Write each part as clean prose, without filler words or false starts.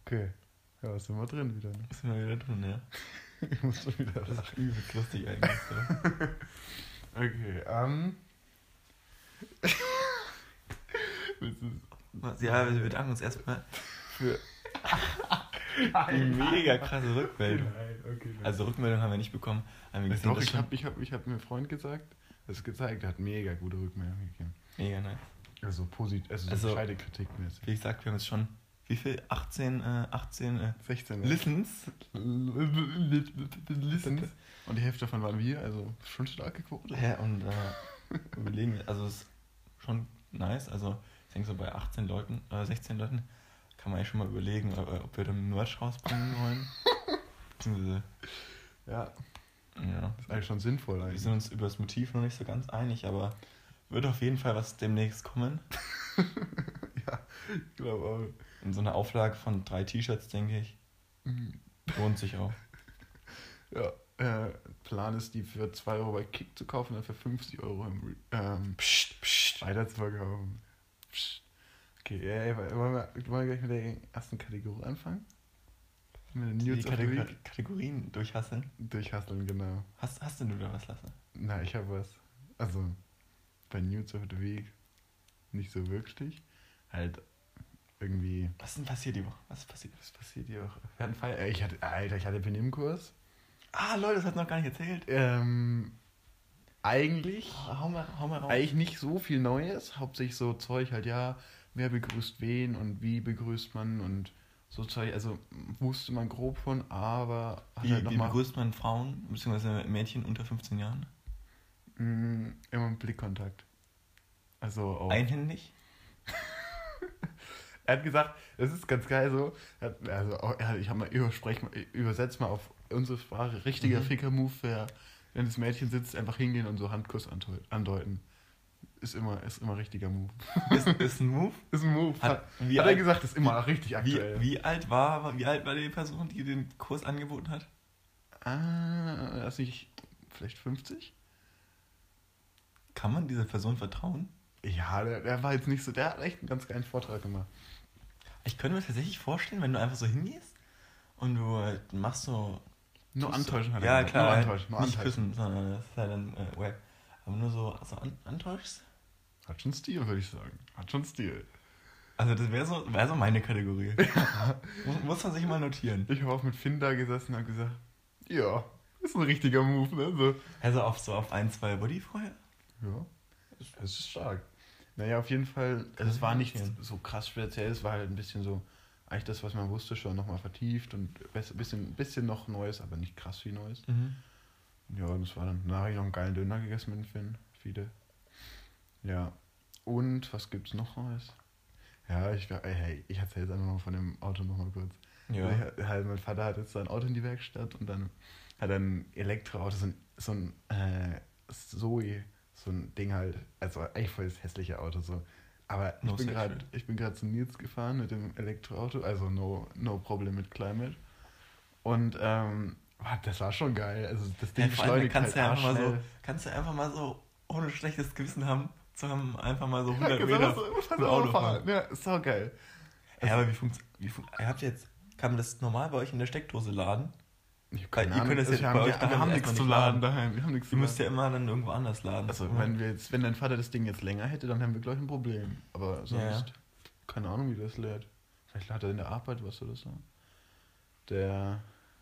Okay. Ja, was sind wir drin wieder? Ne? Ist mal wieder drin, ja. Ich muss schon wieder Das ist lachen. übelst lustig eigentlich so. Okay, willst du Ja, wir bedanken uns erstmal für die Nein, mega krasse Rückmeldung. okay. Also Rückmeldung haben wir nicht bekommen. Haben wir gesehen, Doch, dass ich hab mir Freund gesagt, das gezeigt, der hat mega gute Rückmeldungen gegeben. mega nice. Also positiv, also Also- bescheide Kritik mäßig. Wie gesagt, wir haben jetzt schon, wie viel? 18 16. Listens. Listens. Und die Hälfte davon waren wir, also schon starke Quote. Ja, und überlegen, also es ist schon nice. Also ich denke so bei 18 Leuten, 16 Leuten kann man ja schon mal überlegen, ob wir dann Merch rausbringen wollen. Beziehungsweise, Ja, ja. ist eigentlich schon sinnvoll Wir eigentlich. sind uns über das Motiv noch nicht so ganz einig, aber wird auf jeden Fall was demnächst kommen. Ja, ich glaube auch. In so einer Auflage von 3 T-Shirts, denke ich. Lohnt sich auch. Ja, Plan ist, die für 2 Euro bei Kick zu kaufen, dann für 50 Euro weiter zu verkaufen. Psst. Okay, wollen wir gleich mit der ersten Kategorie anfangen? Mit den Die News of the Week? Kategorien durchhasseln. Durchhasseln, genau. Hast denn du da was, Lasse? Na, ich habe was. Also, bei News of the Week nicht so wirklich. Halt irgendwie. Was ist denn passiert die Woche? Was ist passiert? Was passiert hier auch? Wir hatten ich hatte Benimmkurs. Ah, Leute, das hat noch gar nicht erzählt. Eigentlich. Hau mal raus. Eigentlich nicht so viel Neues. Hauptsächlich so Zeug halt, ja, wer begrüßt wen und wie begrüßt man und so Zeug. Also wusste man grob von, aber hat Wie, halt wie nochmal begrüßt man Frauen, beziehungsweise Mädchen unter 15 Jahren? immer einen Blickkontakt. Also auch. Einhändig? Er hat gesagt, das ist ganz geil so. Ich habe mal übersetzt mal auf unsere Sprache. Richtiger Ficker-Move wäre, wenn das Mädchen sitzt, einfach hingehen und so Handkuss andeuten. Ist immer richtiger Move. Ist ein Move? Ist ein Move. Hat er alt- gesagt, ist immer richtig aktuell. Wie alt war die Person, die den Kurs angeboten hat? Lass ich vielleicht 50? Kann man dieser Person vertrauen? Ja, der war jetzt nicht so, der hat echt einen ganz geilen Vortrag gemacht. Ich könnte mir tatsächlich vorstellen, wenn du einfach so hingehst und du machst so... Nur tust antäuschen hat er Ja, gesagt. klar. Nur halt antäuschen. Nur nicht antäuschen. küssen, sondern das ist halt dann Web. Aber nur so antäuschst? Hat schon Stil, würde ich sagen. Hat schon Stil. Also das wäre so meine Kategorie. Muss man sich mal notieren. Ich habe auch mit Finn da gesessen und habe gesagt, ja, ist ein richtiger Move, ne? So. Also auf 1, 2 Bodyfreie? Ja, das ist stark. Naja, auf jeden Fall, also es war nicht so krass speziell, es war halt ein bisschen so, eigentlich das, was man wusste, schon nochmal vertieft und ein bisschen noch Neues, aber nicht krass viel Neues. Ja, und das war dann, danach habe ich noch einen geilen Döner gegessen mit dem Finn, viele. Ja, und was gibt's noch Neues? Ja, ich erzähle jetzt einfach mal von dem Auto nochmal kurz. Ja. Also, mein Vater hat jetzt sein Auto in die Werkstatt und dann hat er ein Elektroauto, so ein Zoe, so ein Ding halt, also eigentlich voll das hässliche Auto so. Aber ich bin gerade zu Nils gefahren mit dem Elektroauto, also no problem mit climate. Und das war schon geil. Also das Ding beschleunigt halt schnell. Kannst du einfach mal so ohne schlechtes Gewissen haben, einfach mal so 100 Ja, Meter so mit Auto fahren. Ja, ist so geil. Ja, aber kann man das normal bei euch in der Steckdose laden? Ich hab Weil keine ihr Ahnung. könnt das ja bei euch wir haben nichts zu laden daheim. Ihr müsst ja immer dann irgendwo anders laden. Also wenn dein Vater das Ding jetzt länger hätte, dann haben wir gleich ein Problem. Aber sonst, keine Ahnung, wie das lädt. Vielleicht hat er in der Arbeit was oder so. Der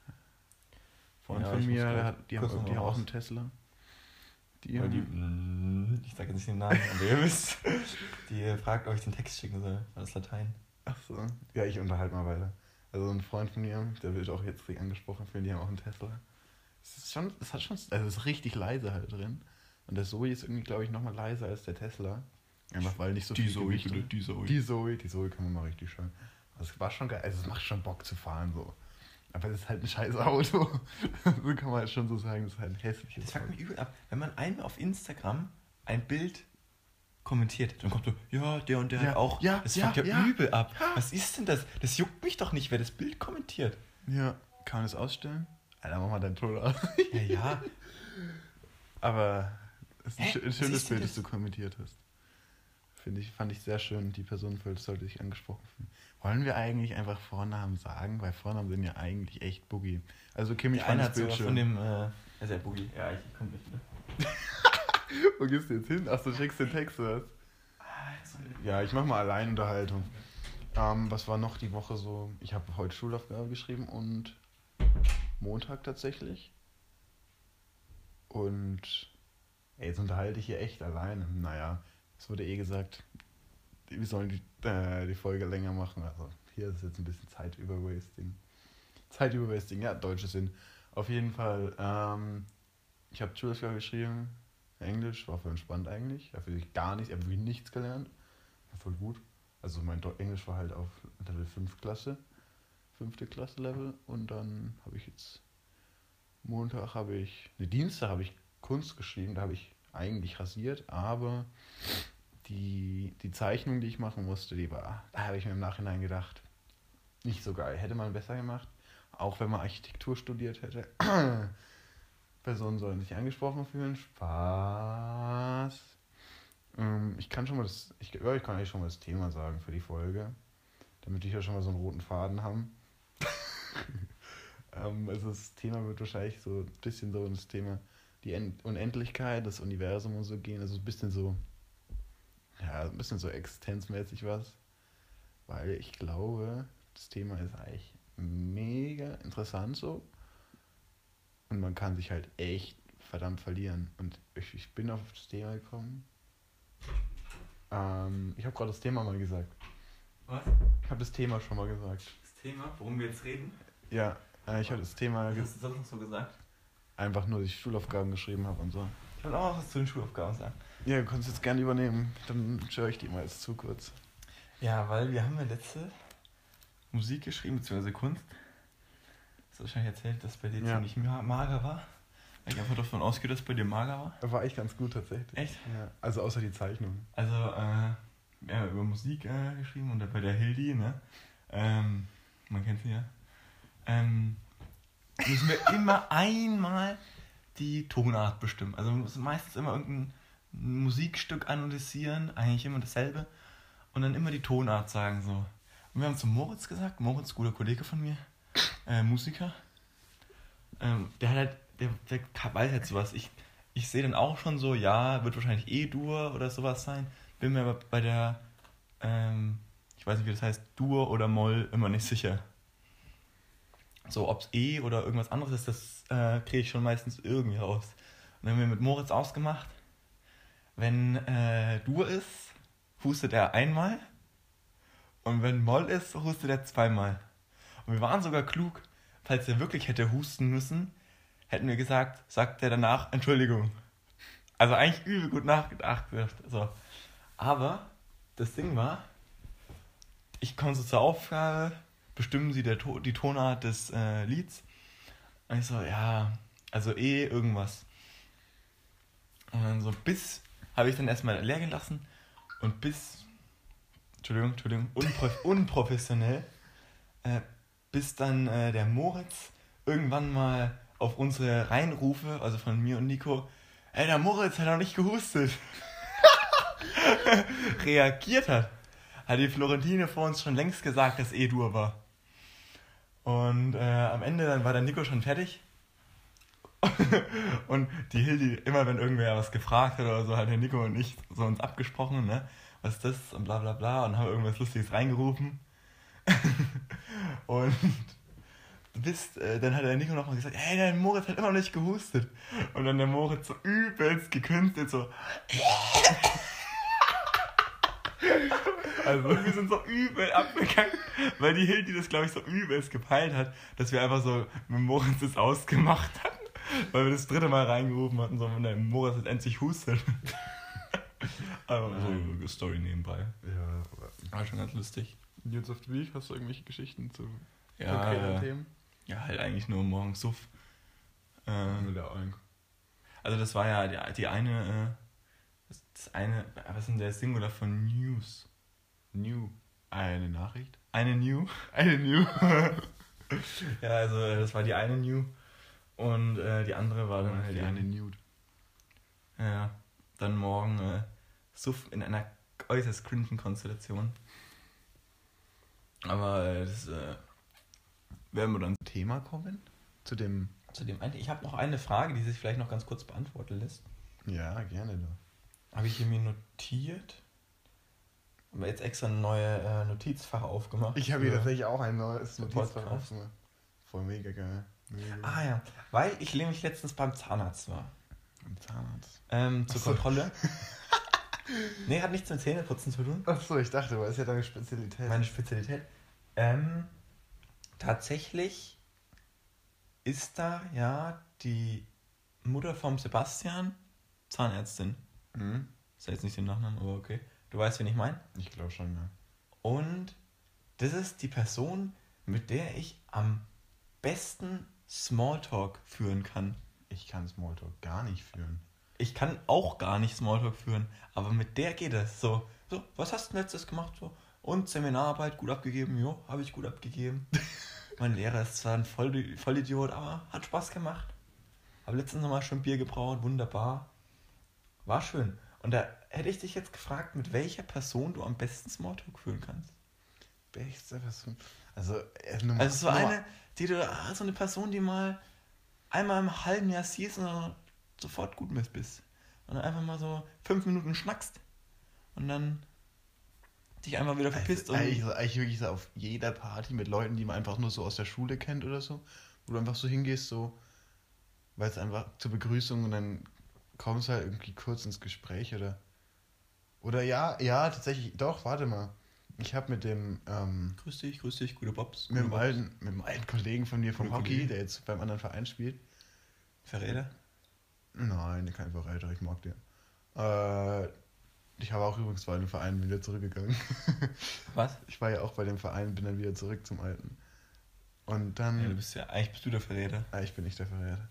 Freund von mir, die haben auch einen Tesla. Ich sage jetzt nicht den Namen, aber ihr wisst, die fragt, ob ich den Text schicken soll. Das ist Latein. Ach so. Ja, ich unterhalte mal weiter. Also ein Freund von mir, der wird auch jetzt angesprochen, die haben auch einen Tesla. Also es ist richtig leise halt drin. Und der Zoe ist irgendwie, glaube ich, nochmal leiser als der Tesla. Einfach weil nicht so viel Gewicht. Die Zoe kann man mal richtig schön. Also es war schon geil, also es macht schon Bock zu fahren so. Aber es ist halt ein scheiß Auto. So kann man halt schon so sagen, das ist halt ein hässliches Das fuckt mich übel ab. Wenn man einmal auf Instagram ein Bild kommentiert, dann kommt so, ja, der und der hat auch. Das fuckt ja übel ab. Ja. Was ist denn das? Das juckt mich doch nicht, wer das Bild kommentiert. Ja, kann man das ausstellen? Alter, mach mal dein Ton aus. Ja. Aber es ist ein schönes Bild, das du kommentiert hast. fand ich sehr schön. Die Person sollte sich angesprochen fühlen. Wollen wir eigentlich einfach Vornamen sagen? Weil Vornamen sind ja eigentlich echt Boogie. Also Kim, ich fand das Bild schön. Von dem, ist ja Boogie. Ja, ich komm nicht, ne? Wo gehst du jetzt hin? Achso, du checkst den Text, oder was? Ja, ich mach mal Alleinunterhaltung. Was war noch die Woche so? Ich habe heute Schulaufgabe geschrieben und Montag tatsächlich. Und jetzt unterhalte ich hier echt alleine. Naja, es wurde gesagt, wir sollen die Folge länger machen. Also hier ist jetzt ein bisschen Zeitüberwasting, ja, deutsche Sinn. Auf jeden Fall, ich habe Schulaufgabe geschrieben. Englisch war voll entspannt eigentlich. Ich habe wirklich nichts gelernt. War voll gut. Also mein Englisch war halt auf Level 5 Klasse. 5. Klasse Level. Und dann habe ich jetzt Dienstag habe ich Kunst geschrieben. Da habe ich eigentlich rasiert. Aber die Zeichnung, die ich machen musste, da habe ich mir im Nachhinein gedacht, nicht so geil. Hätte man besser gemacht. Auch wenn man Architektur studiert hätte. Personen sollen sich angesprochen fühlen. Spaß. Ich kann eigentlich schon mal das Thema sagen für die Folge, damit wir ja schon mal so einen roten Faden haben. Also das Thema wird wahrscheinlich so ein bisschen so das Thema die Unendlichkeit, das Universum und so gehen. Also ein bisschen so existenzmäßig was. Weil ich glaube, das Thema ist eigentlich mega interessant so. Und man kann sich halt echt verdammt verlieren. Und ich bin auf das Thema gekommen. Ich habe gerade das Thema mal gesagt. Was? Ich habe das Thema schon mal gesagt. Das Thema, worum wir jetzt reden? Ja, ich habe das Thema... Was hast du sonst noch so gesagt? Einfach nur, dass ich Schulaufgaben geschrieben habe und so. Ich wollte auch was zu den Schulaufgaben sagen. Ja, du kannst jetzt gerne übernehmen. Dann störe ich die mal jetzt zu kurz. Ja, weil wir haben ja letzte Musik geschrieben, beziehungsweise Kunst. Hast du wahrscheinlich erzählt, dass bei dir ziemlich mager war? Weil ich einfach davon ausgehe, dass bei dir mager war. War echt ganz gut tatsächlich. Echt? Ja, also außer die Zeichnung. Also, wir haben über Musik geschrieben und bei der Hildi, ne? Man kennt sie ja. Müssen wir immer einmal die Tonart bestimmen. Also wir müssen meistens immer irgendein Musikstück analysieren, eigentlich immer dasselbe. Und dann immer die Tonart sagen so. Und wir haben zu Moritz gesagt, Moritz, guter Kollege von mir, Musiker, der hat halt, der weiß halt sowas. Ich sehe dann auch schon so, ja, wird wahrscheinlich E-Dur oder sowas sein. Bin mir aber bei der, ich weiß nicht, wie das heißt, Dur oder Moll immer nicht sicher. So, ob es E oder irgendwas anderes ist, das kriege ich schon meistens irgendwie raus. Und dann haben wir mit Moritz ausgemacht, wenn Dur ist, hustet er einmal und wenn Moll ist, hustet er zweimal. Und wir waren sogar klug, falls er wirklich hätte husten müssen, hätten wir gesagt, sagt er danach Entschuldigung. Also eigentlich übel gut nachgedacht. So. Aber das Ding war, ich komme so zur Aufgabe, bestimmen Sie die Tonart des Lieds. Und ich so, ja, also irgendwas. Und dann so habe ich dann erstmal leer gelassen und Entschuldigung, unprofessionell, bis dann der Moritz irgendwann mal auf unsere Reinrufe, also von mir und Nico, ey, der Moritz hat noch nicht gehustet, reagiert hat. Hat die Florentine vor uns schon längst gesagt, dass E-Dur war. Und am Ende dann war der Nico schon fertig. Und die Hildi, immer wenn irgendwer was gefragt hat oder so, hat der Nico und ich so uns abgesprochen, ne? Was ist das? Und bla bla bla. Und haben irgendwas Lustiges reingerufen. Und dann hat der Nico nochmal gesagt, hey, der Moritz hat immer noch nicht gehustet. Und dann der Moritz so übelst gekünstelt, so. Also wir sind so übel abgegangen, weil die Hildi das, glaube ich, so übelst gepeilt hat, dass wir einfach so mit Moritz das ausgemacht hatten, weil wir das 3. Mal reingerufen hatten, so wenn der Moritz jetzt endlich hustet. Aber so eine Story nebenbei. Ja, war schon ganz lustig. News of the Week, hast du irgendwelche Geschichten zu konkreten Themen? Ja, halt eigentlich nur morgens Suff. Also das war ja die eine, was ist denn der Singular von News? Eine Nachricht? Eine New. Ja, also das war die eine New. Und die andere war dann halt die eine Nude. Ja, dann morgen Suff in einer äußerst cringen Konstellation. Aber das werden wir dann Thema kommen? Zu dem... Ich habe noch eine Frage, die sich vielleicht noch ganz kurz beantworten lässt. Ja, gerne doch. Habe ich hier mir notiert. Aber jetzt extra ein neues Notizfach aufgemacht. Ich habe hier tatsächlich auch ein neues Notizfach Podcast. aufgemacht. Voll mega geil. Mega. Ah ja, weil ich nämlich letztens beim Zahnarzt war. Beim Zahnarzt. Zur Kontrolle. Nee, hat nichts mit Zähneputzen zu tun. Achso, ich dachte, weil es ist ja deine Spezialität. Meine Spezialität. Tatsächlich ist da ja die Mutter vom Sebastian Zahnärztin. Mhm. Ist ja jetzt nicht den Nachnamen, aber okay. Du weißt, wen ich meine? Ich glaube schon, ja. Und das ist die Person, mit der ich am besten Smalltalk führen kann. Ich kann Smalltalk gar nicht führen. Ich kann auch gar nicht Smalltalk führen, aber mit der geht es. So, was hast du denn letztes gemacht? So, und Seminararbeit gut abgegeben? Jo, habe ich gut abgegeben. Mein Lehrer ist zwar ein Vollidiot, aber hat Spaß gemacht. Habe letztens nochmal schon Bier gebraut, wunderbar. War schön. Und da hätte ich dich jetzt gefragt, mit welcher Person du am besten Smalltalk führen kannst. Beste Person. Also So eine Person, die mal einmal im halben Jahr siehst und dann sofort gut mit bist. Und dann einfach mal so 5 Minuten schnackst und dann dich einfach wieder verpisst. Also, eigentlich wirklich so auf jeder Party mit Leuten, die man einfach nur so aus der Schule kennt oder so, wo du einfach so hingehst, so, weil es einfach zur Begrüßung und dann kommst du halt irgendwie kurz ins Gespräch oder ja, tatsächlich, doch, warte mal. Ich habe mit dem Grüß dich, gute Bobs. mit dem alten Kollegen von mir vom Gute Hockey, Kollege. der jetzt beim anderen Verein spielt. Verräter? Nein, kein Verräter, ich mag den. Ich habe auch übrigens bei dem Verein wieder zurückgegangen. Was? Ich war ja auch bei dem Verein, bin dann wieder zurück zum Alten. Und dann... Ja, eigentlich bist du der Verräter. Ich bin nicht der Verräter.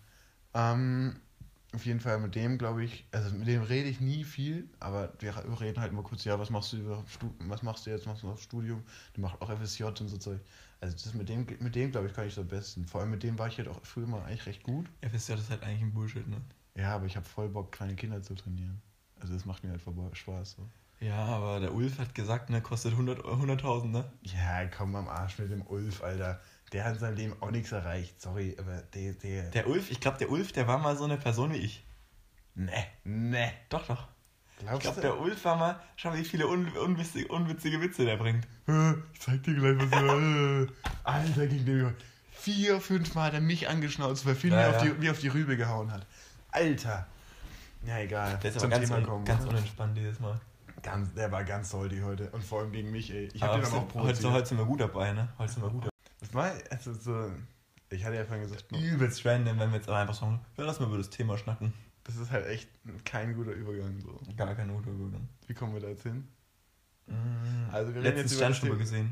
Auf jeden Fall mit dem, glaube ich, also mit dem rede ich nie viel, aber wir reden halt mal kurz, ja, was machst du jetzt, machst du noch Studium, du machst auch FSJ und so Zeug. Also das mit dem glaube ich, kann ich so am besten. Vor allem mit dem war ich halt auch früher mal eigentlich recht gut. FSJ ist halt eigentlich ein Bullshit, ne? Ja, aber ich habe voll Bock, kleine Kinder zu trainieren. Also das macht mir halt voll Spaß. So. Ja, aber der Ulf hat gesagt, ne, kostet 100.000, ne? Ja, komm am Arsch mit dem Ulf, Alter. Der hat in seinem Leben auch nichts erreicht. Sorry, aber Der Ulf, ich glaube, der war mal so eine Person wie ich. Nee. Doch. Glaubst Ich glaube, du? der Ulf war mal, schau mal, wie viele unwitzige Witze der bringt. Ich zeig dir gleich was. Alter, gegen den 4, 5 Mal hat er mich angeschnauzt, weil Finn mir auf die Rübe gehauen hat. Alter. Ja, egal. Der ist aber ganz unentspannt dieses Mal. Der war ganz salty heute. Und vor allem gegen mich, ey. Ich hab den aber auch provoziert. Heute sind wir gut dabei, ne? Das war, also so... Ich hatte ja vorhin gesagt... Übelst random, wenn wir jetzt einfach sagen, ja, lass mal über das Thema schnacken. Das ist halt echt kein guter Übergang, so. Gar kein guter Übergang. Wie kommen wir da jetzt hin? Also wir letztens Sternschnuppe gesehen.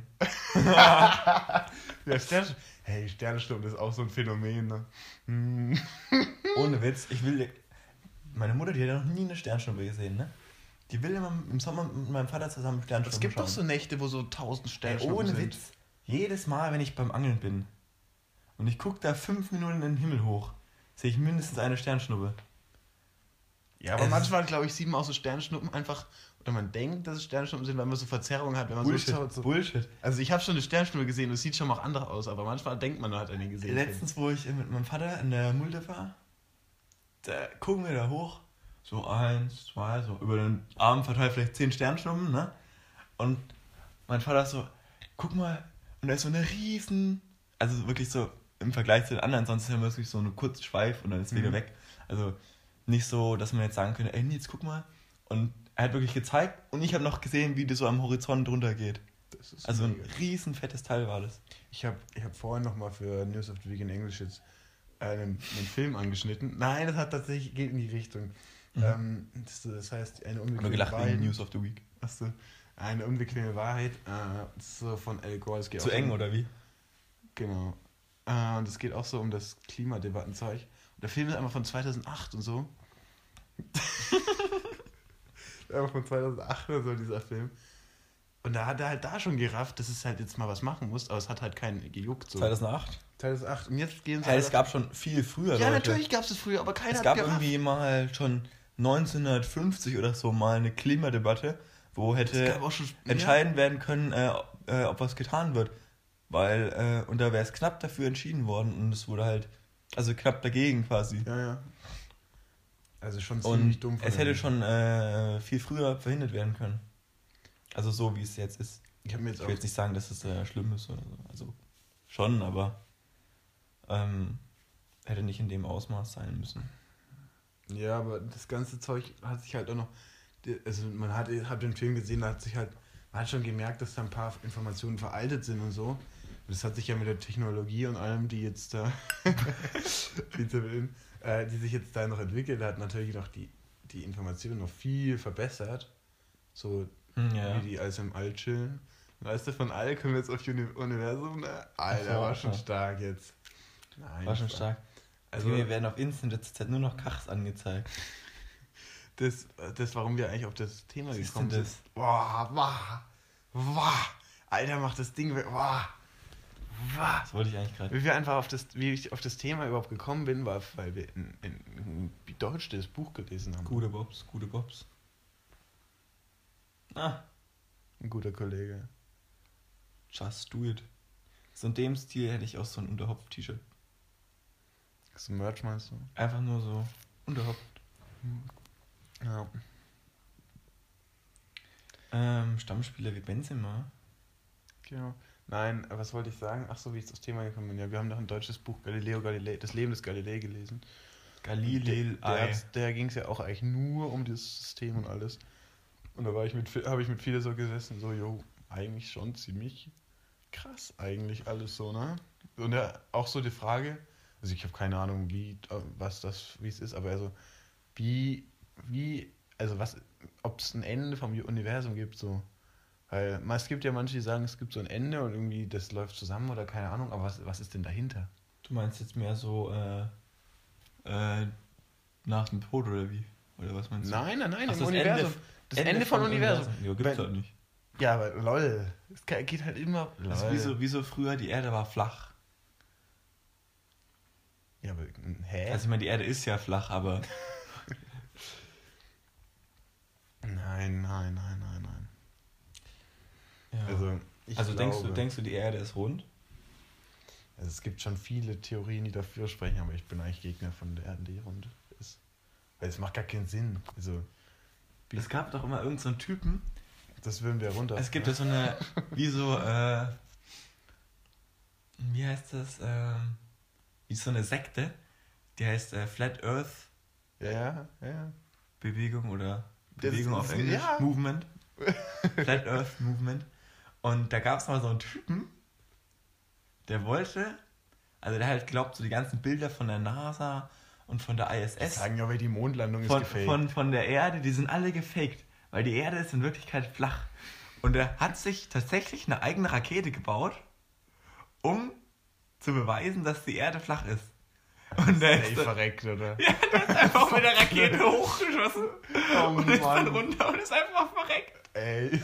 Ja, Sternschnuppe ist auch so ein Phänomen, ne? Ohne Witz, meine Mutter, die hat ja noch nie eine Sternschnuppe gesehen, ne? Die will immer im Sommer mit meinem Vater zusammen Sternschnuppen schauen. Es gibt doch so Nächte, wo so 1000 Sternschnuppen ohne sind. Witz. Jedes Mal, wenn ich beim Angeln bin und ich gucke da 5 Minuten in den Himmel hoch, sehe ich mindestens eine Sternschnuppe. Ja, aber manchmal, glaube ich, sieht man auch so Sternschnuppen einfach, oder man denkt, dass es Sternschnuppen sind, weil man so Verzerrungen hat, wenn man Bullshit, so schaut. So. Bullshit. Also ich habe schon eine Sternschnuppe gesehen und es sieht schon mal auch andere aus, aber manchmal denkt man, man hat eine gesehen. Letztens, wo ich mit meinem Vater in der Mulde war, da gucken wir da hoch, so 1, 2, so über den Arm verteilt vielleicht 10 Sternschnuppen, ne? Und mein Vater so, guck mal, und da ist so eine riesen, also wirklich so im Vergleich zu den anderen, sonst ist ja wirklich so eine kurze Schweif und dann ist wieder weg. Also nicht so, dass man jetzt sagen könnte, ey, jetzt guck mal. Und er hat wirklich gezeigt und ich habe noch gesehen, wie das so am Horizont runtergeht. Das ist also mega. Ein riesen fettes Teil war das. Ich hab vorhin nochmal für News of the Week in English jetzt einen Film angeschnitten. Nein, das hat tatsächlich, geht in die Richtung. Das heißt, eine unbequeme Wahrheit. News of the Week. Achso, eine unbequeme Wahrheit. So von Al Gore. Zu eng, oder wie? Genau. Und es geht auch so um das Klimadebattenzeug. Und der Film ist einfach von 2008 und so. Einfach von 2008 oder so, dieser Film. Und da hat er halt da schon gerafft, dass es halt jetzt mal was machen muss, aber es hat halt keinen gejuckt. So. 2008? 2008. Und jetzt gehen sie halt. Es gab schon viel früher, Ja, Leute. natürlich gab es früher, aber keiner hat gerafft. Es gab irgendwie mal schon 1950 oder so mal eine Klimadebatte, wo hätte entscheidend werden können, ob was getan wird. Weil, und da wäre es knapp dafür entschieden worden und es wurde halt, also knapp dagegen quasi. Ja. Also schon ziemlich dumm. Es hätte schon viel früher verhindert werden können. Also so, wie es jetzt ist. Ich will jetzt nicht sagen, dass es schlimm ist oder so. Also schon, aber hätte nicht in dem Ausmaß sein müssen. Ja, aber das ganze Zeug hat sich halt auch noch, also man hat den Film gesehen, man hat schon gemerkt, dass da ein paar Informationen veraltet sind und so. Das hat sich ja mit der Technologie und allem, die jetzt da, die sich jetzt da noch entwickelt hat, natürlich noch die Informationen noch viel verbessert. So, wie die alles im All chillen. Und weißt du, von All kommen wir jetzt auf Universum, ne? Alter, war schon stark jetzt. Nein, war schon stark. Also wir werden auf Instant jetzt nur noch Kachs angezeigt. Das, warum wir eigentlich auf das Thema gekommen sind. Boah. Alter, macht das Ding. Das wollte ich eigentlich gerade. Wie ich auf das Thema überhaupt gekommen bin, war, weil wir in Deutsch das Buch gelesen haben. Gute Bobs. Ein guter Kollege. Just do it. So in dem Stil hätte ich auch so ein Unterhopf-T-Shirt. Das ist ein Merch, meinst du? Einfach nur so unterhopft. Ja. Stammspieler wie Benzema. Genau. Nein, was wollte ich sagen? Ach so, wie ich aufs Thema gekommen bin. Ja, wir haben noch ein deutsches Buch, Galileo Galilei, das Leben des Galilei gelesen. Der ging es ja auch eigentlich nur um das System und alles. Und da habe ich mit vielen so gesessen, so, eigentlich schon ziemlich krass eigentlich alles so, ne? Und ja, auch so die Frage, also ich habe keine Ahnung, wie es ist, aber also, ob es ein Ende vom Universum gibt, so. Weil es gibt ja manche, die sagen, es gibt so ein Ende und irgendwie das läuft zusammen oder keine Ahnung, aber was ist denn dahinter? Du meinst jetzt mehr so nach dem Tod oder wie? Oder was meinst du? Nein, im Universum. Das Ende von Universum. Ja, gibt's halt nicht. Ja, aber lol. Es geht halt immer. Das ist wie so früher, die Erde war flach. Ja, aber hä? Also ich meine, die Erde ist ja flach, aber. Nein. Ja. Also denkst du, die Erde ist rund? Also es gibt schon viele Theorien, die dafür sprechen, aber ich bin eigentlich Gegner von der Erde, die rund ist. Weil es macht gar keinen Sinn. Also, es gab doch immer irgend so einen Typen. Das würden wir runter. Es gibt ja so eine, wie heißt das? Wie so eine Sekte, die heißt Flat Earth. Ja. Bewegung oder Bewegung auf Englisch. Ja. Movement. Flat Earth Movement. Und da gab es mal so einen Typen, der halt glaubt, so die ganzen Bilder von der NASA und von der ISS. Die sagen ja, weil die Mondlandung ist gefaked. Von der Erde, die sind alle gefaked. Weil die Erde ist in Wirklichkeit flach. Und er hat sich tatsächlich eine eigene Rakete gebaut, um zu beweisen, dass die Erde flach ist. Und der ist verreckt, oder? Ja, der ist einfach mit der Rakete hochgeschossen. Und ist dann runter und ist einfach verreckt. Ey.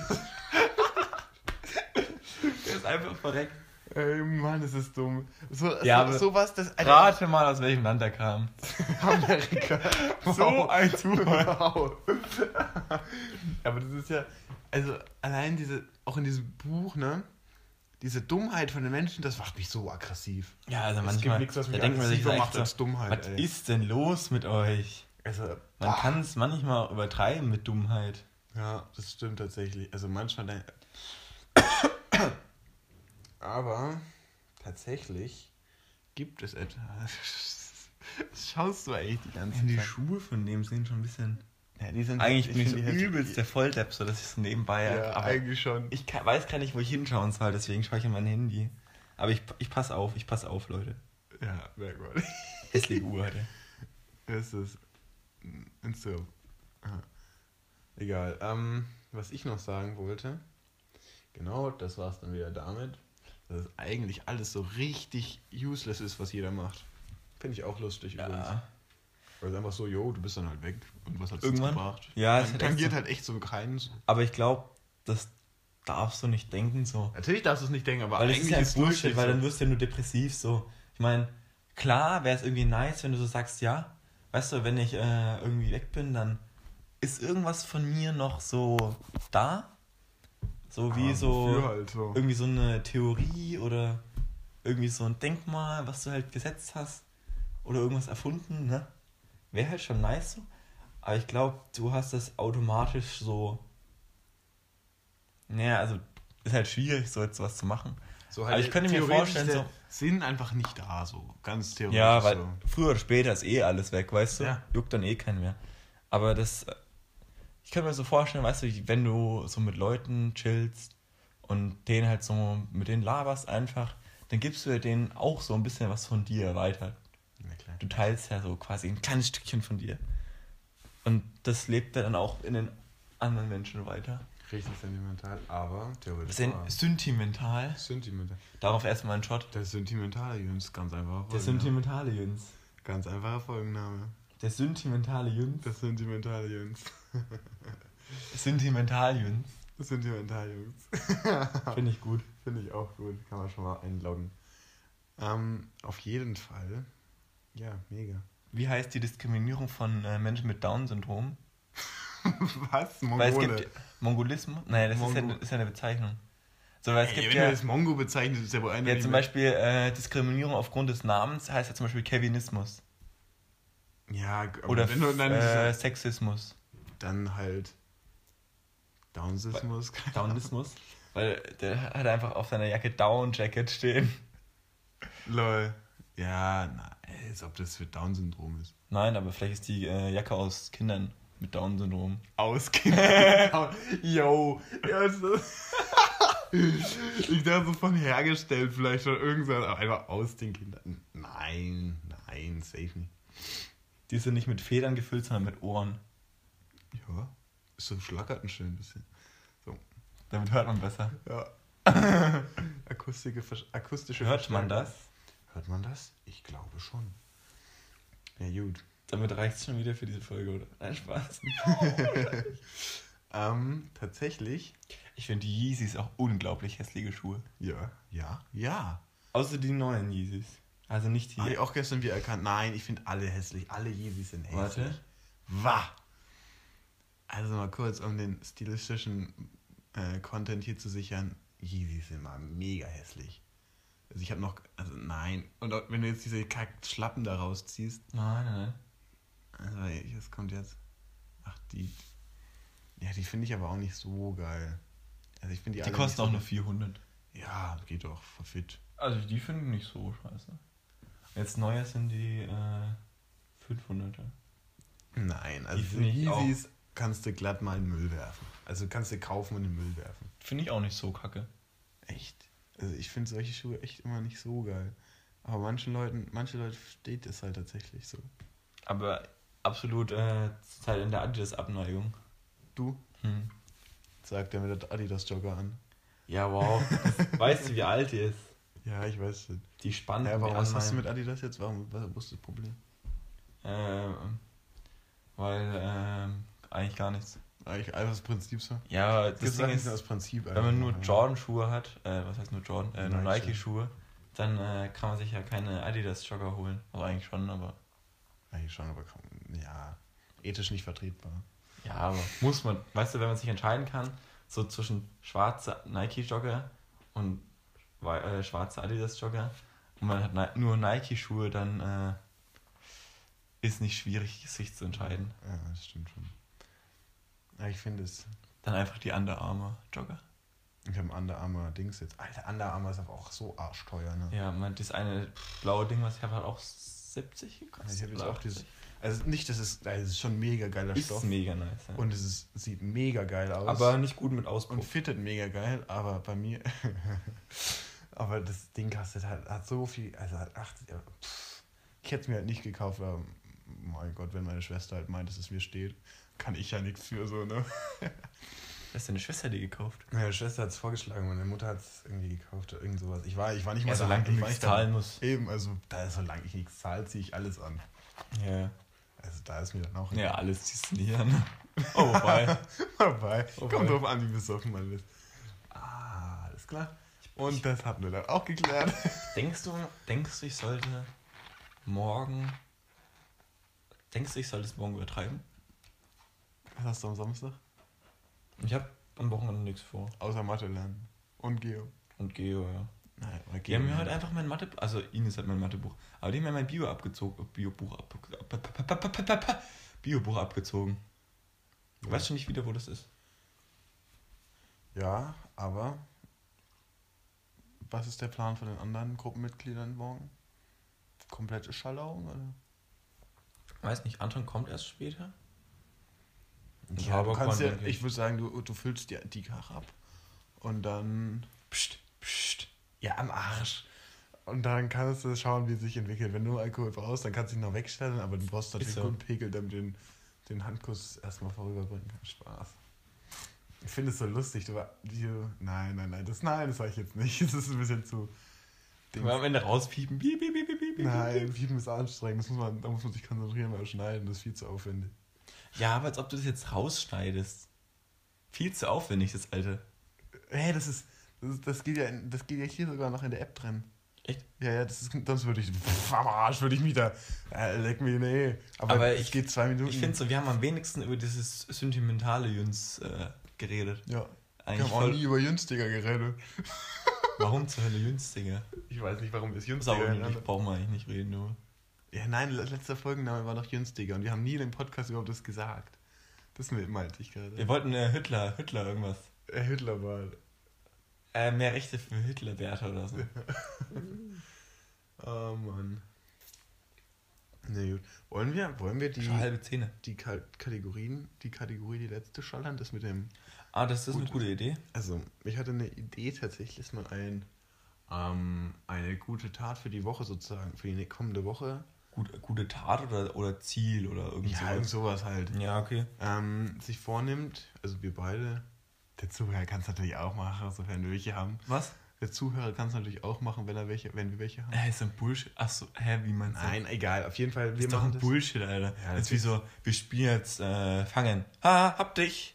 Der ist einfach verreckt. Ey, Mann, das ist dumm. Sowas, rate mal, aus welchem Land er kam. Amerika. So ein Zufall. Wow. Aber das ist ja, also allein auch in diesem Buch, ne, diese Dummheit von den Menschen, das macht mich so aggressiv. Ja, also manchmal, nichts, was mich da denkt man sich macht als Dummheit. Was ist denn los mit euch? Also, man kann es manchmal übertreiben mit Dummheit. Ja, das stimmt tatsächlich. Also manchmal aber tatsächlich gibt es etwas. Was schaust du eigentlich die ganze Zeit? Die Schuhe von dem sind schon ein bisschen. Ja, die sind eigentlich bin ich so übelst der Volldepp, so dass ich so nebenbei. Ja, aber eigentlich schon. Ich weiß gar nicht, wo ich hinschauen soll, deswegen schaue ich in mein Handy. Aber ich passe auf, Leute. Ja, merk mal. Hässliche Uhr heute. Es ist. Egal. Was ich noch sagen wollte, genau, das war's dann wieder damit, dass es eigentlich alles so richtig useless ist, was jeder macht. Finde ich auch lustig übrigens. Weil es einfach so, du bist dann halt weg und was hat's jetzt gebracht? Ja, es tangiert halt echt so keinen. Aber ich glaube, das darfst du nicht denken so. Natürlich darfst du es nicht denken, aber weil eigentlich ist ja Bullshit, weil dann wirst du ja nur depressiv so. Ich meine, klar wäre es irgendwie nice, wenn du so sagst, ja, weißt du, wenn ich irgendwie weg bin, dann ist irgendwas von mir noch so da? So wie so, halt so. irgendwie so eine Theorie oder irgendwie so ein Denkmal, was du halt gesetzt hast oder irgendwas erfunden, ne? Wäre halt schon nice so. Aber ich glaube, du hast das automatisch so. Naja, also ist halt schwierig, so jetzt was zu machen. So Aber ich könnte mir vorstellen, so. Sind einfach nicht da, so ganz theoretisch. Ja, weil so. früher oder später ist eh alles weg, weißt du? Ja. Juckt dann eh keinen mehr. Aber das. Ich könnte mir so vorstellen, weißt du, wenn du so mit Leuten chillst und denen halt so mit denen laberst einfach, dann gibst du denen auch so ein bisschen was von dir weiter. Na klar. Du teilst ja so quasi ein kleines Stückchen von dir. Und das lebt dann auch in den anderen Menschen weiter. Richtig sentimental, aber theoretisch. Sentimental. Sentimental. Darauf erstmal ein Shot. Der sentimentale Jüns, ganz einfach. Der sentimentale Jüns. Ganz einfacher Folgenname. Der sentimentale Jüns. Das sentimentale Jüns. Sentimental Jüns. Das sentimentale Jüns. Finde ich gut. Finde ich auch gut. Kann man schon mal einloggen. Auf jeden Fall. Ja, mega. Wie heißt die Diskriminierung von Menschen mit Down-Syndrom? Was? Mongole? Weil es gibt Mongolismus? Nein, das ist ja eine Bezeichnung. So, weil es gibt wenn ja, du das Mongo bezeichnet, ist ja wohl einer. ja zum Beispiel Diskriminierung aufgrund des Namens heißt ja zum Beispiel Kevinismus. Ja, aber Oder wenn du dann, Sexismus. dann halt Downsismus. Downismus. Weil der hat einfach auf seiner Jacke Down-Jacket stehen. Lol. Ja, na, als ob das für Down-Syndrom ist. Nein, aber vielleicht ist die Jacke aus Kindern mit Down-Syndrom. Ausgehen. Yo. Ja, ich dachte so von hergestellt vielleicht schon irgendwann, aber einfach aus den Kindern. Nein, safe nicht. Die sind nicht mit Federn gefüllt, sondern mit Ohren. Ja, so schlackert ein schön bisschen. So. Damit hört man besser. Ja. Akustische Hört man das? Hört man das? Ich glaube schon. Ja, gut. Damit reicht es schon wieder für diese Folge, oder? Nein, Spaß. Tatsächlich. Ich finde die Yeezys auch unglaublich hässliche Schuhe. Ja. Außer die neuen Yeezys. Also nicht die. Habe ich auch gestern wieder erkannt. Nein, ich finde alle hässlich. Alle Yeezys sind hässlich. Warte. Wah! Also mal kurz, um den stilistischen Content hier zu sichern. Yeezys sind mal mega hässlich. Also ich habe noch, also nein. Und auch, wenn du jetzt diese Kack-Schlappen da rausziehst. Nein. Also, was kommt jetzt? Ach, die. Ja, die finde ich aber auch nicht so geil. Also ich finde die alle kosten nicht auch so nur 400. Ja, geht doch, fit. Also die finde ich nicht so scheiße. Jetzt neuer sind die 500er. Nein, also Die die finde ich Yeezys kannst du glatt mal in den Müll werfen. Also kannst du kaufen und in den Müll werfen. Finde ich auch nicht so kacke. Echt? Also ich finde solche Schuhe echt immer nicht so geil. Aber manche Leute steht es halt tatsächlich so. Aber absolut Zeit in der Adidas-Abneigung. Du? Sagt er mit der Adidas-Jogger an. Ja, wow. Weißt du, wie alt die ist? Ja, ich weiß schon. Die spannt Ja, aber mir was an hast du mit Adidas jetzt? Was ist das Problem? Weil eigentlich gar nichts. Eigentlich einfach das Prinzip so. Ja, das Ding ist, das Prinzip wenn man nur Jordan-Schuhe hat, was heißt nur Jordan? Nur Nike-Schuhe, dann kann man sich ja keine Adidas-Jogger holen. Also eigentlich schon, aber... Eigentlich schon, aber kaum, ja, ethisch nicht vertretbar. Ja, aber muss man, weißt du, wenn man sich entscheiden kann, so zwischen schwarze Nike-Jogger und schwarze Adidas-Jogger und man hat nur Nike-Schuhe, dann ist nicht schwierig, sich zu entscheiden. Ja, das stimmt schon. Ja, ich finde es... Dann einfach die Under Armour Jogger. Ich habe ein Under Armour Dings jetzt. Alter, Under Armour ist aber auch so arschteuer, ne? Ja, das eine blaue Ding, was ich habe, hat auch 70 gekostet. Ich habe jetzt auch dieses... Also nicht, das ist schon mega geiler Stoff. Ist mega nice, ja. Und sieht mega geil aus. Aber nicht gut mit Auspuff. Und fittet mega geil, aber bei mir... aber das Ding hat so viel... Also hat 80... Ich hätte es mir halt nicht gekauft, aber mein Gott, wenn meine Schwester halt meint, dass es mir steht, kann ich ja nichts für so, ne? Hast du deine Schwester die gekauft? Meine Schwester hat es vorgeschlagen, meine Mutter hat es irgendwie gekauft oder irgend sowas. Ich war nicht mal ja, solange du nichts zahlen musst. Eben, also solange ich nichts zahle, ziehe ich alles an. Ja. Also da ist mir dann auch... Ja, alles ziehst du nicht an. Oh, wobei. Kommt drauf an, wie besoffen man ist. Alles klar. Und das hatten wir dann auch geklärt. Denkst du, ich sollte es morgen übertreiben? Was hast du am Samstag? Ich habe am Wochenende nichts vor. Außer Mathe lernen. Und Geo. Und Geo, ja. Nein, oder Die haben mir heute einfach mein Mathebuch, also Ines hat mein Mathebuch, aber die haben mir mein Biobuch abgezogen. Du weißt schon nicht wieder, wo das ist. Ja, aber was ist der Plan von den anderen Gruppenmitgliedern morgen? Komplette Schallauung, oder? Weiß nicht, Anton kommt erst später. Ja, du kannst ja, ich würde sagen, du füllst die Karre ab und dann... Psst. Ja, am Arsch. Und dann kannst du schauen, wie es sich entwickelt. Wenn du Alkohol brauchst, dann kannst du ihn noch wegstellen, aber du brauchst natürlich so. guten Pegel, damit du den Handkuss erstmal vorüberbringen kannst. Spaß. Ich finde es so lustig. Nein, das sage ich jetzt nicht. Das ist ein bisschen zu... Wir am Ende rauspiepen. Nein, Piepen ist anstrengend. Da muss man sich konzentrieren beim Schneiden. Das ist viel zu aufwendig. Ja, aber als ob du das jetzt rausschneidest. Viel zu aufwendig, das Alte. Hey, das geht ja hier sogar noch in der App drin. Echt? Ja, sonst würde ich... am Arsch würde ich mich da... leck mich, nee. Aber es geht 2 Minuten. Ich finde so, wir haben am wenigsten über dieses sentimentale Jüns geredet. Ja. Eigentlich wir haben auch nie über Jünstiger geredet. Warum zur Hölle Jünstiger? Ich weiß nicht, warum wir es Das Jünstiger brauchen wir eigentlich nicht reden, nur. Ja, nein, letzter Folgenname war doch Jünstiger und wir haben nie in dem Podcast überhaupt das gesagt. Das meinte ich gerade. Wir wollten Hitler irgendwas. Hitler war... mehr Rechte für Hitler-Werte oder so. Oh Mann. Na gut. Wollen wir Schon halbe Zähne. die Kategorie, die letzte schallern, das mit dem... Ah, das ist eine gute Idee. Also, ich hatte eine Idee tatsächlich, mal eine gute Tat für die Woche sozusagen, für die kommende Woche. Gute Tat oder Ziel oder irgend sowas? Ja, irgend sowas halt. Ja, okay. Sich vornimmt, also wir beide, der Zuhörer kann es natürlich auch machen, sofern wir welche haben. Was? Der Zuhörer kann es natürlich auch machen, wenn wir welche haben. Ist ein Bullshit. Achso, wie meinst du? Nein, egal, auf jeden Fall. Wir ist doch machen ein Bullshit, Alter. Ja, das ist wie so, wir spielen jetzt Fangen. Hab dich.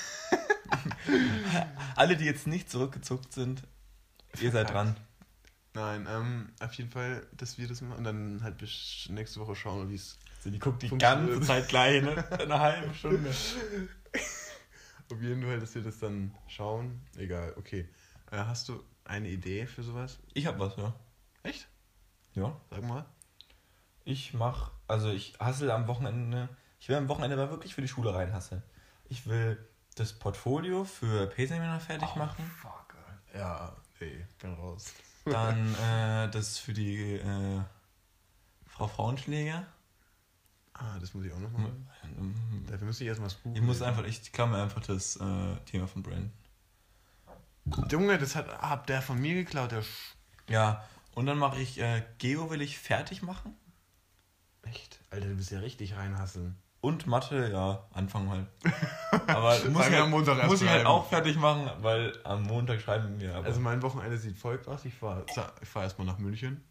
Alle, die jetzt nicht zurückgezuckt sind, ihr seid dran. Nein, auf jeden Fall, dass wir das machen und dann halt bis nächste Woche schauen, wie es... Die guckt die ganze Zeit gleich, ne? Eine halbe Stunde. Auf jeden Fall, dass wir das dann schauen. Egal, okay. Hast du eine Idee für sowas? Ich hab was, ja. Echt? Ja. Sag mal. Ich hassel am Wochenende. Ich will am Wochenende aber wirklich für die Schule reinhasseln. Ich will das Portfolio für P-Seminar fertig machen. Fuck. Ja, nee, bin raus. Dann das für die Frau Frauenschläger. Das muss ich auch noch machen. Dafür müsste ich erstmal das Buch Ich klaue mir einfach das Thema von Brandon. Junge, das hat der von mir geklaut, der Ja, und dann mache ich Geo will ich fertig machen. Echt? Alter, du bist ja richtig reinhasseln. Und Mathe, ja, anfangen halt. Aber muss ich halt auch fertig machen, weil am Montag schreiben wir. Also mein Wochenende sieht folgt aus. Ich fahr erstmal nach München.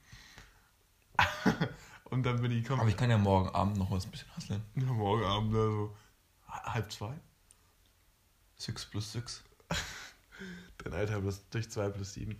Und dann bin ich... Aber ich kann ja morgen Abend noch was ein bisschen hasseln. Ja, morgen Abend, also 1:30. 6 plus 6. Dein Alter durch 2 plus 7.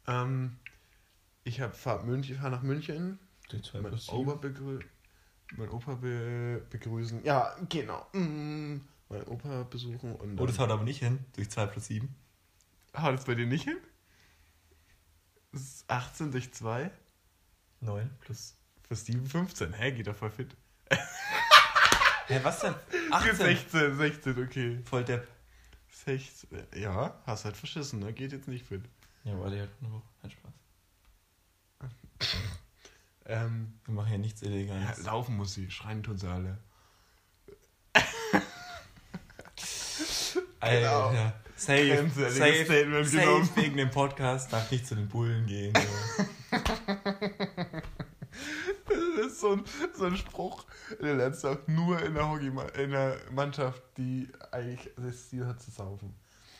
Ich fahr nach München. Durch 2 plus 7. Mein Opa begrüßen. Ja, genau. Mein Opa besuchen. Und das haut aber nicht hin. Durch 2 plus 7. Haut das bei dir nicht hin? Das ist 18 durch 2. 9 plus 7, 15. Hä, geht doch voll fit. Hä, was denn? 18. 16, okay. Voll Depp. 16. Ja, hast halt verschissen, ne? Geht jetzt nicht fit. Ja, war die halt nur. Kein Spaß. Wir machen ja nichts Illegales. Ja, laufen muss sie, schreien tun sie alle. Alter, genau. Safe genommen. wegen dem Podcast darf ich zu den Bullen gehen. Das ist so ein Spruch, der lernst du auch nur in der Mannschaft, die eigentlich das Ziel hat zu saufen.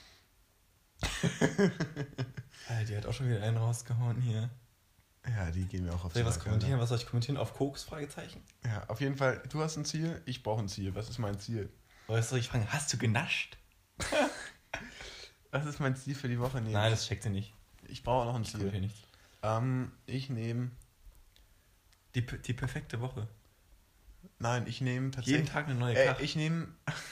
Die hat auch schon wieder einen rausgehauen hier. Ja, die gehen mir auch auf die kommentieren? Was soll ich kommentieren? Auf Koks? Fragezeichen? Ja, auf jeden Fall. Du hast ein Ziel, ich brauche ein Ziel. Was ist mein Ziel? Oder soll ich fragen, hast du genascht? Was ist mein Ziel für die Woche? Nee, nein, das checkt sie nicht. Ich brauche noch ein Ziel. Nicht. Ich nehme... Die perfekte Woche. Nein, ich nehme Jeden tatsächlich... Tag eine neue Karte. Ich nehme...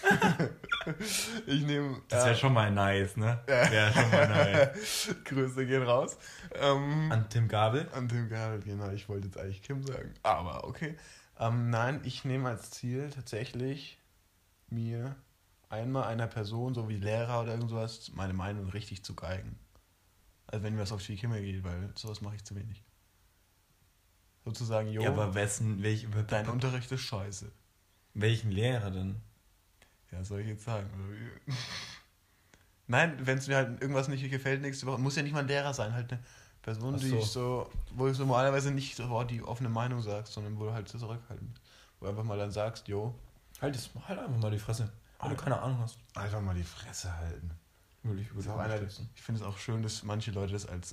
ich nehme... Das wäre schon mal nice, ne? Wäre schon mal nice. Grüße gehen raus. An Tim Gabel. An Tim Gabel, genau. Ich wollte jetzt eigentlich Kim sagen. Aber okay. Nein, ich nehme als Ziel tatsächlich mir einmal einer Person, so wie Lehrer oder irgend sowas, meine Meinung richtig zu geigen. Also wenn mir das auf die Kimme geht, weil sowas mache ich zu wenig. Sozusagen, jo, Ja, aber dein Unterricht ist scheiße. welchen Lehrer denn? Ja, soll ich jetzt sagen? Oder wie? Nein, wenn es mir halt irgendwas nicht gefällt nächste Woche, muss ja nicht mal ein Lehrer sein, halt eine Person, Ach die so. ich so, wo ich so normalerweise nicht so die offene Meinung sagst, sondern wo du halt so zurückhalten. Wo du einfach mal dann sagst, jo, Halt einfach mal die Fresse, wenn du keine Ahnung hast. einfach mal die Fresse halten. Würde ich Das ist auch ich finde es auch schön, dass manche Leute das als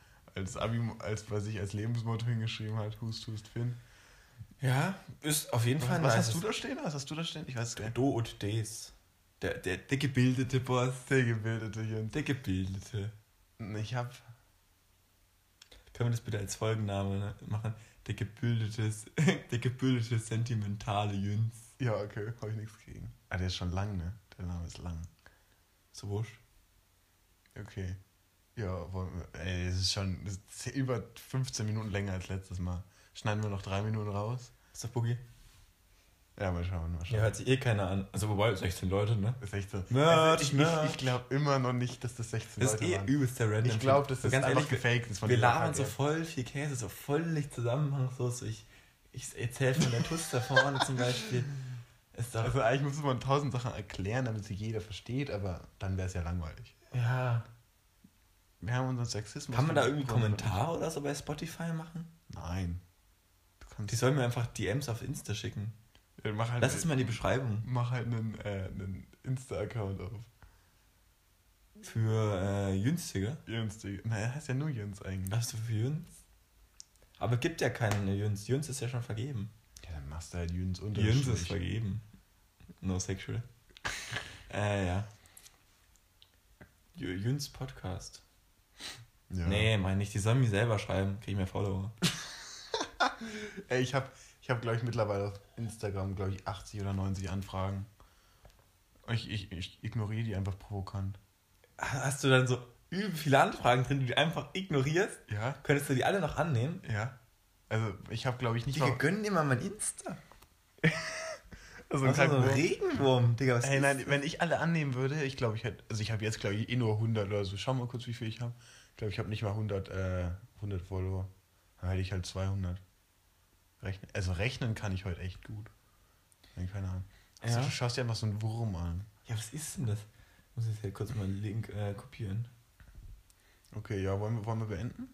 was ich als Lebensmotto hingeschrieben hat, Hust, Finn. Ja, ist auf jeden Fall Was nice. hast du da stehen? Was hast du da stehen? Ich weiß es gar nicht. Do und Des. Der gebildete Boss. Der gebildete Jens. Der gebildete. Ich hab... Können wir das bitte als Folgenname machen? Der gebildete sentimentale Jüns. Ja, okay, habe ich nichts gegen. Ah, der ist schon lang, ne? Der Name ist lang. So wurscht. Okay. Ja, es ist schon über 15 Minuten länger als letztes Mal. Schneiden wir noch 3 Minuten raus? Ist doch Boogie? Ja, mal schauen. Ja, hört sich keiner an. Also wobei, 16 Leute, ne? Das ist echt so. Nerd, Ich glaube immer noch nicht, dass das 16 Das ist Leute waren. übelst der Random. Ich glaube, dass das ganz einfach ehrlich, gefaked ist. Von wir dieser labern so Kacke. voll viel Käse, so voll nicht zusammenhangslos. Ich erzähle von der Tuss da vorne zum Beispiel. Ist doch, Also eigentlich muss man 1000 Sachen erklären, damit sie jeder versteht, aber dann wäre es ja langweilig. ja. Wir haben unseren Sexismus... Kann man da irgendwie Kommentare oder so bei Spotify machen? Nein. Du kannst... Die sollen mir einfach DMs auf Insta schicken. Ja, mach halt, Das ist mal in die Beschreibung. Mach halt einen Insta-Account auf. Für Jünstige. Jens, er heißt ja nur Jens eigentlich. Hast du für Jüns? Aber es gibt ja keinen Jüns. Jüns ist ja schon vergeben. Ja, dann machst du halt Jens unter. Jüns ist vergeben. No sexual. Ja. Jüns Podcast. Ja. Nee, meine ich. Die sollen mir selber schreiben. Krieg ich mehr Follower. Ey, ich hab glaube ich, mittlerweile auf Instagram, glaube ich, 80 oder 90 Anfragen. Ich ignoriere die einfach provokant. Hast du dann so übel viele Anfragen drin, die du einfach ignorierst? Ja? Könntest du die alle noch annehmen? Ja. Also, ich habe, glaube ich, nicht Digga, gönn dir mal mein Insta. Also Was ist so ein Regenwurm, Digga, was Ey, ist nein, das? wenn ich alle annehmen würde, ich glaube, ich hätte, also ich habe jetzt, glaube ich, nur 100 oder so. Schau mal kurz, wie viel ich habe. Ich glaube, ich habe nicht mal 100 Follower. Dann hätte ich halt 200. Rechnen kann ich heute echt gut. Keine Ahnung. Also, Ja. du schaust dir einfach so einen Wurm an. Ja, was ist denn das? Ich muss jetzt hier kurz mal einen Link kopieren. Okay, ja, wollen wir beenden?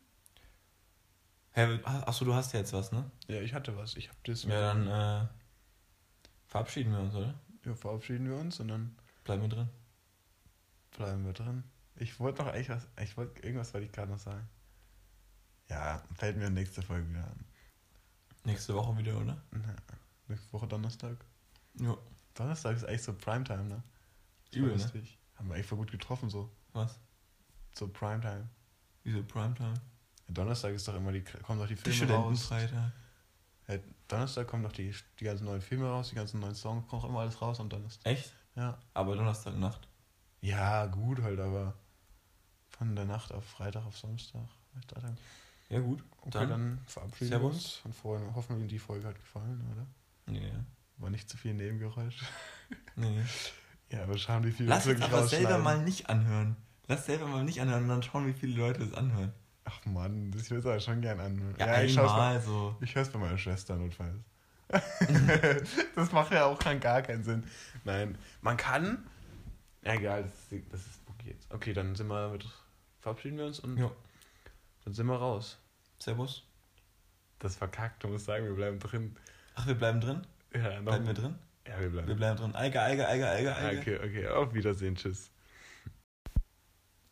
Hey, achso, du hast ja jetzt was, ne? Ja, ich hatte was. Ich habe das. Ja, dann verabschieden wir uns, oder? Ja, verabschieden wir uns und dann Bleiben wir drin. bleiben wir drin. Ich wollte noch irgendwas wollte ich gerade noch sagen. Ja, fällt mir nächste Folge wieder an. Nächste Woche wieder, oder? Ja, nächste Woche Donnerstag. Ja. Donnerstag ist eigentlich so Primetime, ne? Übel, ne? Lustig. Haben wir eigentlich voll gut getroffen, so. Was? So Primetime. Wieso Primetime? Ja, Donnerstag ist doch immer kommen doch die Die Filme raus. Studentenfreitag. Ja, Donnerstag kommen doch die ganzen neuen Filme raus, die ganzen neuen Songs, kommt auch immer alles raus am Donnerstag. Echt? Ja. Aber Donnerstagnacht. Ja, gut halt, aber von der Nacht auf Freitag auf Samstag. Ja, gut. Okay, dann verabschieden Servus. wir uns und vorhin hoffen wir, die Folge hat gefallen, oder? Nee. War nicht zu viel Nebengeräusch. Nee. Ja, aber schauen, wie viele Lass wir es wirklich aber selber rausschneiden. mal nicht anhören. Lass selber mal nicht anhören und dann schauen, wie viele Leute es anhören. Ach Mann, das will ich aber schon gern anhören. Ja, ich schaue einmal so. es bei meiner Schwester notfalls. Das macht ja auch gar keinen Sinn. Nein, man kann... Ja, egal, das ist Spooky jetzt. Okay, dann verabschieden wir uns und Ja. dann sind wir raus. Servus. Das ist verkackt, du musst sagen, wir bleiben drin. Ach, wir bleiben drin? Ja, noch Bleiben wir drin? Ja, wir bleiben. Wir bleiben drin. Eiger. Okay, auf Wiedersehen, tschüss.